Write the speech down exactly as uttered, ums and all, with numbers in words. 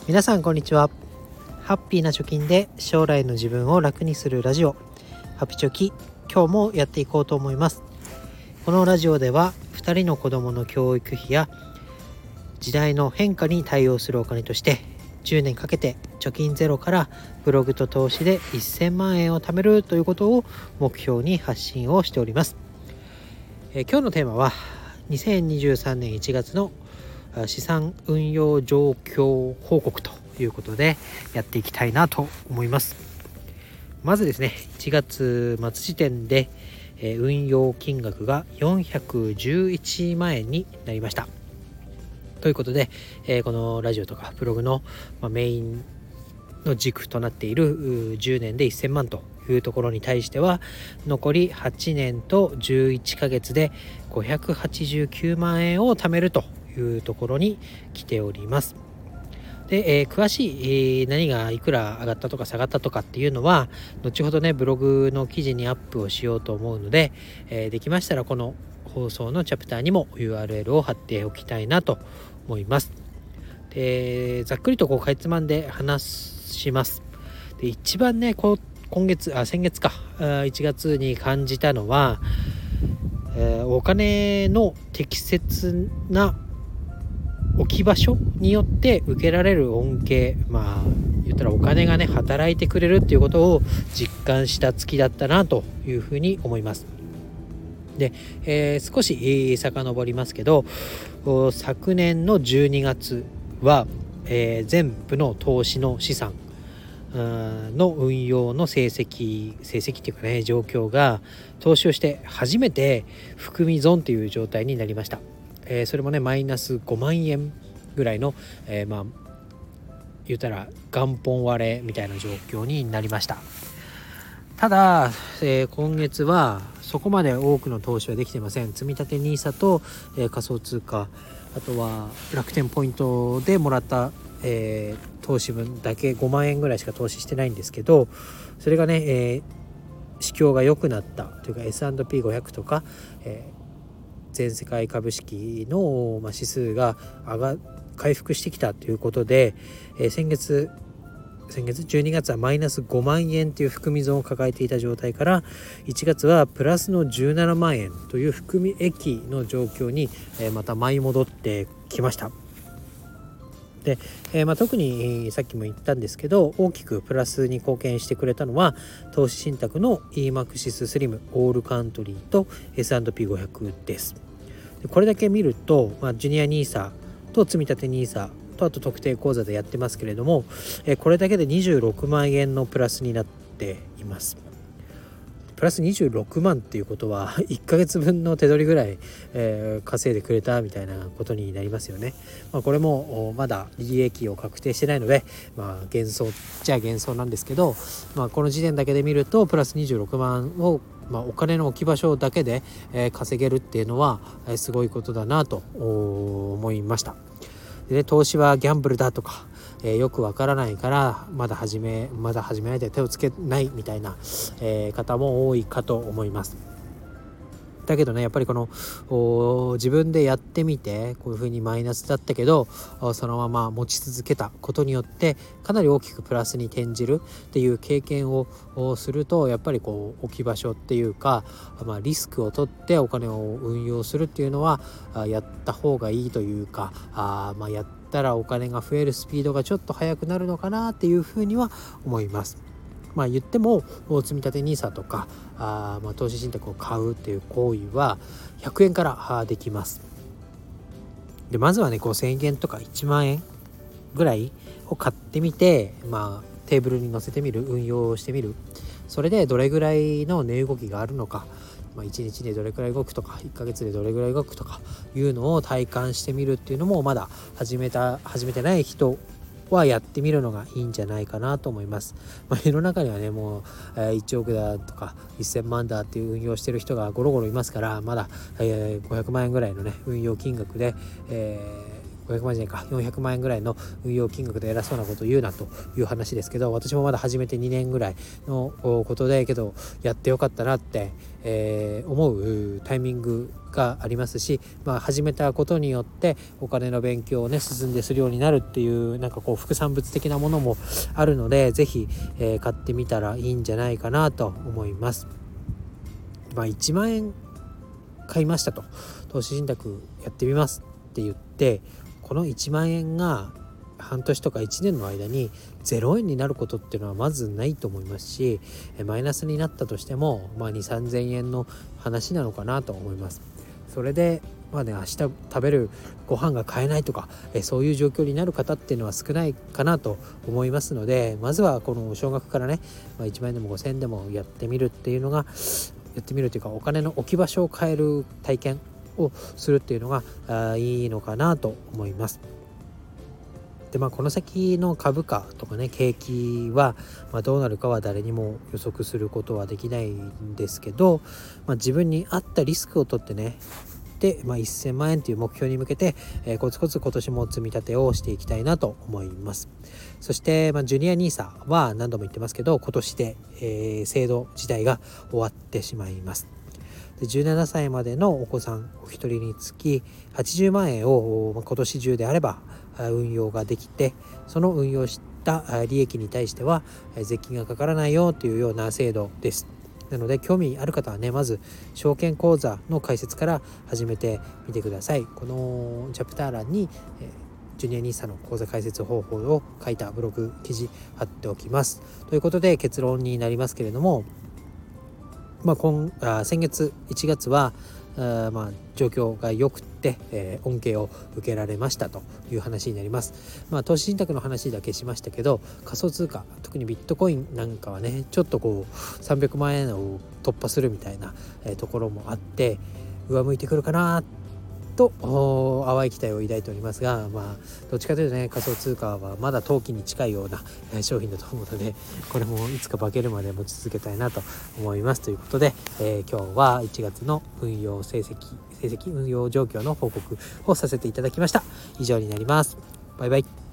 皆さんこんにちは。ハッピーな貯金で将来の自分を楽にするラジオ、ハピチョキ、今日もやっていこうと思います。このラジオではふたりの子供の教育費や時代の変化に対応するお金としてじゅうねんかけて貯金ゼロからブログと投資でせんまんえんを貯めるということを目標に発信をしております。えー、今日のテーマはにせんにじゅうさんねんいちがつの資産運用状況報告ということでやっていきたいなと思います。まずですね、いちがつ末時点で運用金額がよんひゃくじゅういちまんえんになりました。ということで、このラジオとかブログのメインの軸となっているじゅうねんでせんまんというところに対しては、残りはちねんとじゅういっかげつでごひゃくはちじゅうきゅうまんえんを貯めるというところに来ております。で、えー、詳しい、えー、何がいくら上がったとか下がったとかっていうのは後ほどねブログの記事にアップをしようと思うので、えー、できましたらこの放送のチャプターにも ユーアールエル を貼っておきたいなと思います。で、ざっくりとこうかいつまんで話します。で、一番ねこう今月あ先月かいちがつに感じたのは、えー、お金の適切な置き場所によって受けられる恩恵、まあ言ったらお金がね働いてくれるっていうことを実感した月だったなというふうに思います。で、えー、少し遡りますけど、昨年のじゅうにがつは、えー、全部の投資の資産の運用の成績成績っていうかね状況が投資をして初めて含み損という状態になりました。えー、それもねマイナスごまんえんぐらいの、えー、まあ言ったら元本割れみたいな状況になりました。ただ、えー、今月はそこまで多くの投資はできていません。積立 ニーサ と、えー、仮想通貨、あとは楽天ポイントでもらった、えー、投資分だけごまんえんぐらいしか投資してないんですけど、それがね、えー、市況が良くなったというか エスアンドピーごひゃく とか、えー全世界株式の指数が上が回復してきたということで、えー、先月先月じゅうにがつはマイナスごまんえんという含み損を抱えていた状態からいちがつはプラスのじゅうななまんえんという含み益の状況に、えー、また舞い戻ってきました。で、えーまあ、特にさっきも言ったんですけど大きくプラスに貢献してくれたのは投資信託の イーマクシス スリムオールカントリーと エスアンドピーごひゃく です。でこれだけ見ると、まあ、ジュニア ニーサ と積立 ニーサ とあと特定口座でやってますけれども、えー、これだけでにじゅうろくまんえんのプラスになっています。プラスにじゅうろくまんっていうことはいっかげつぶんの手取りぐらい、えー、稼いでくれたみたいなことになりますよね。まあ、これもまだ利益を確定してないので、まあ、幻想じゃあ幻想なんですけど、まあ、この時点だけで見るとプラスにじゅうろくまんを、まあ、お金の置き場所だけで、えー、稼げるっていうのは、えー、すごいことだなと思いました。でね、投資はギャンブルだとか、えー、よくわからないからまだ始めまだ始めないで手をつけないみたいな、えー、方も多いかと思います。だけどねやっぱりこの自分でやってみてこういう風にマイナスだったけどそのまま持ち続けたことによってかなり大きくプラスに転じるっていう経験をするとやっぱりこう置き場所っていうか、まあ、リスクを取ってお金を運用するっていうのはやった方がいいというかあ、まあ、やったらお金が増えるスピードがちょっと速くなるのかなっていう風には思います。まあ言っても積立 ニーサ とかあまあ投資信託を買うっていう行為はひゃくえんからできます。でまずはねごせんえんとかいちまんえんぐらいを買ってみて、まあテーブルに載せてみる運用してみる。それでどれぐらいの値動きがあるのか、まあ、いちにちでどれくらい動くとかいっかげつでどれぐらい動くとかいうのを体感してみるっていうのもまだ始めた始めてない人はやってみるのがいいんじゃないかなと思います。まあ、世の中にはねもう、えー、いちおくだとかせんまんだっていう運用してる人がゴロゴロいますからまだ、えー、ごひゃくまんえんぐらいのね運用金額で、えごひゃくまんじゃないかよんひゃくまんえんぐらいの運用金額で偉そうなことを言うなという話ですけど、私もまだ始めてにねんぐらいのことでけどやってよかったなって、えー、思うタイミングがありますし、まあ、始めたことによってお金の勉強をね進んでするようになるっていうなんかこう副産物的なものもあるので、ぜひ、えー、買ってみたらいいんじゃないかなと思います。まあ、いちまんえん買いましたと、投資信託やってみますって言って、このいちまんえんが半年とかいちねんの間にゼロえんになることっていうのはまずないと思いますし、マイナスになったとしても、まあ、にせんさんぜんえんの話なのかなと思います。それでまあね、明日食べるご飯が買えないとか、えそういう状況になる方っていうのは少ないかなと思いますので、まずはこの少額からね、まあ、いちまんえんでもごせんえんでもやってみるっていうのがやってみるというか、お金の置き場所を変える体験をするっていうのがあいいのかなと思います。でまあ、この先の株価とかね景気は、まあ、どうなるかは誰にも予測することはできないんですけど、まあ、自分に合ったリスクを取ってねで、まあ、せんまんえんという目標に向けて、えー、コツコツ今年も積み立てをしていきたいなと思います。そして、まあ、ジュニアニーサは何度も言ってますけど、今年で、えー、制度自体が終わってしまいます。でじゅうななさいまでのお子さんお一人につきはちじゅうまんえんを、まあ、今年中であれば運用ができて、その運用した利益に対しては税金がかからないよというような制度です。なので興味ある方はね、まず証券口座の開設から始めてみてください。このチャプター欄に、えー、ジュニアニーサの口座開設方法を書いたブログ記事貼っておきます。ということで結論になりますけれども、まあ、今あ先月いちがつはあまあ状況が良くて、えー、恩恵を受けられましたという話になります。まあ、投資信託の話だけしましたけど、仮想通貨特にビットコインなんかはねちょっとこうさんびゃくまんえんを突破するみたいな、えー、ところもあって上向いてくるかなと淡い期待を抱いておりますが、まあどっちかというとね仮想通貨はまだ投機に近いような商品だと思うので、これもいつか化けるまで持ち続けたいなと思います。ということで、えー、今日はいちがつの運用成績成績運用状況の報告をさせていただきました。以上になります。バイバイ。